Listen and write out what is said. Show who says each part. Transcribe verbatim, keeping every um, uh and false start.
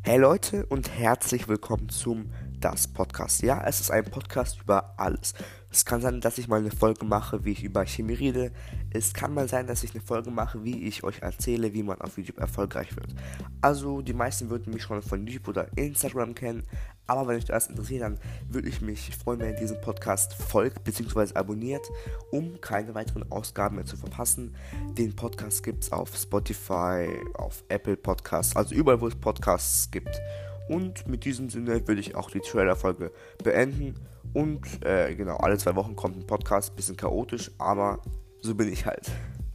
Speaker 1: Hey Leute und herzlich willkommen zum Das Podcast. Ja, es ist ein Podcast über alles. Es kann sein, dass ich mal eine Folge mache, wie ich über Chemie rede. Es kann mal sein, dass ich eine Folge mache, wie ich euch erzähle, wie man auf YouTube erfolgreich wird. Also die meisten würden mich schon von YouTube oder Instagram kennen. Aber wenn euch das interessiert, dann würde ich mich freuen, wenn ihr diesen Podcast folgt bzw. abonniert, um keine weiteren Ausgaben mehr zu verpassen. Den Podcast gibt es auf Spotify, auf Apple Podcasts, also überall, wo es Podcasts gibt. Und mit diesem Sinne würde ich auch die Trailer-Folge beenden. Und äh, genau, alle zwei Wochen kommt ein Podcast, bisschen chaotisch, aber so bin ich halt.